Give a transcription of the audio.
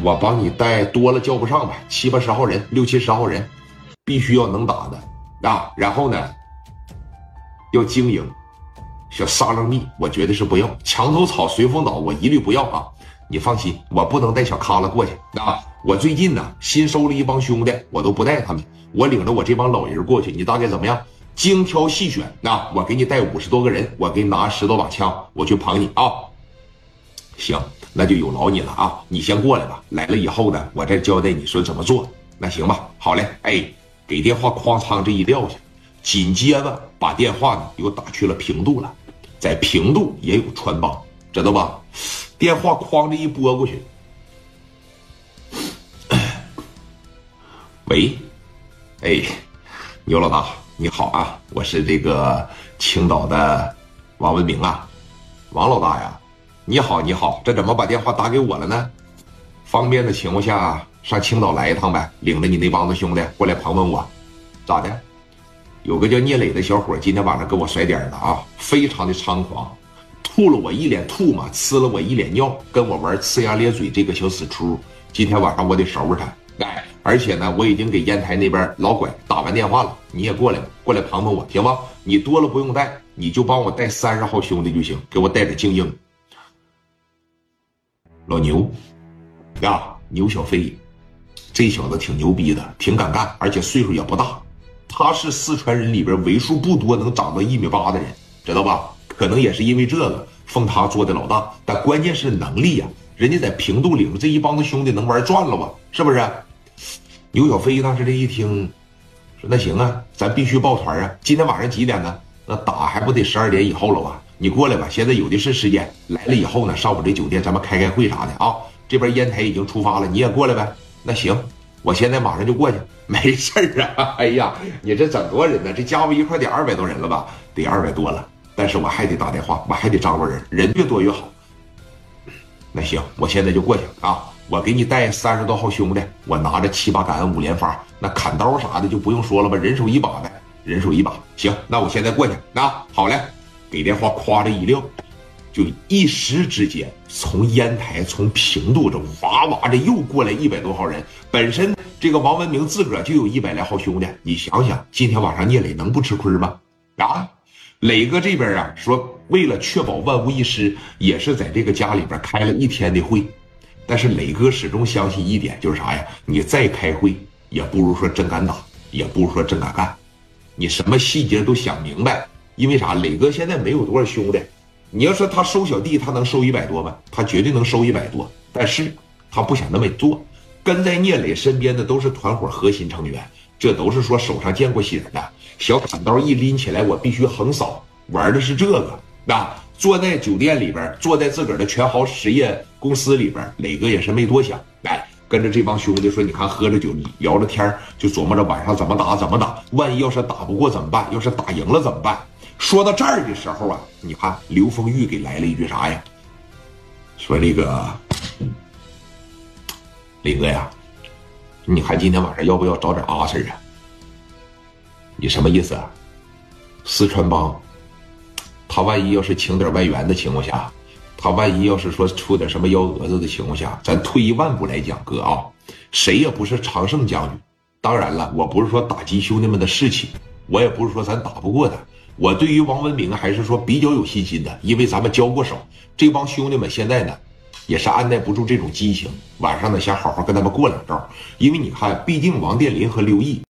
我帮你带多了叫不上吧，7、80号人，6、70号人，必须要能打的啊。然后呢，要经营，小沙楞蜜我绝对是不要，墙头草、随风倒我一律不要啊。你放心，我不能带小咖拉过去啊。我最近呢新收了一帮兄弟，我都不带他们，我领着我这帮老人过去，你大概怎么样？精挑细选啊，我给你带50多个人，我给你拿10多把枪，我去捧你啊。行，那就有劳你了啊！你先过来吧，来了以后呢，我再交代你说怎么做。那行吧，好嘞，哎，给电话哐仓这一撂下，紧接着把电话呢又打去了平度了，在平度也有穿帮，知道吧？电话哐这一拨过去，喂，哎，牛老大你好啊，我是这个青岛的王文明啊，王老大呀。你好，你好，这怎么把电话打给我了呢？方便的情况下上青岛来一趟呗，领着你那帮子兄弟过来捧捧我，咋的？有个叫聂磊的小伙今天晚上给我甩点了啊，非常的猖狂，吐了我一脸吐嘛，呲了我一脸尿，跟我玩呲牙咧嘴这个小死出。今天晚上我得收拾他，哎，而且呢，我已经给烟台那边老拐打完电话了，你也过来吧，过来捧捧我，行吗？你多了不用带，你就帮我带30号兄弟就行，给我带点精英。老牛呀，牛小飞，这小子挺牛逼的，挺敢干，而且岁数也不大。他是四川人里边为数不多能长到1.8米的人，知道吧？可能也是因为这个，封他做的老大。但关键是能力呀，人家在平度领这一帮子兄弟能玩转了吧？是不是？牛小飞当时这一听，说那行啊，咱必须抱团啊！今天晚上几点呢？那打还不得12点以后了吧？你过来吧，现在有的是时间。来了以后呢，上我这酒店咱们开会啥的啊。这边烟台已经出发了，你也过来呗。那行，我现在马上就过去，没事啊。哎呀，你这整多人呢？这加我一块得200多人了吧？得200多了。但是我还得打电话，我还得张罗人，人越多越好。那行，我现在就过去啊。我给你带30多号兄弟，我拿着7、8杆5连发，那砍刀啥的就不用说了吧，人手一把呗，人手一把。行，那我现在过去啊。好嘞。给电话夸着一撂，就一时之间从烟台从平度这哇哇的又过来100多号人。本身这个王文明自个儿就有100来号兄弟，你想想今天晚上聂磊能不吃亏吗？啊，磊哥这边啊说为了确保万无一失，也是在这个家里边开了1天的会。但是磊哥始终相信一点，就是啥呀？你再开会也不如说真敢打，也不如说真敢干，你什么细节都想明白。因为啥？磊哥现在没有多少兄弟，你要说他收小弟，他能收100多吗？他绝对能收100多，但是他不想那么做。跟在聂磊身边的都是团伙核心成员，这都是说手上见过血的，小砍刀一拎起来，我必须横扫，玩的是这个。那坐在酒店里边，坐在自个儿的全豪实业公司里边，磊哥也是没多想，哎，跟着这帮兄弟说，你看喝着酒聊着天，就琢磨着晚上怎么打怎么打，万一要是打不过怎么办？要是打赢了怎么办？说到这儿的时候啊，你看刘丰玉给来了一句啥呀？说这个磊哥呀，你看今天晚上要不要找点阿 Sir 啊？你什么意思啊？四川帮，他万一要是请点外援的情况下，他万一要是说出点什么幺蛾子的情况下，咱退一万步来讲，哥啊，谁也不是常胜将军。当然了，我不是说打击兄弟们的士气，我也不是说咱打不过他。我对于王文明还是说比较有信心的，因为咱们交过手，这帮兄弟们现在呢也是按耐不住这种激情，晚上呢想好好跟他们过2招。因为你看，毕竟王殿林和刘毅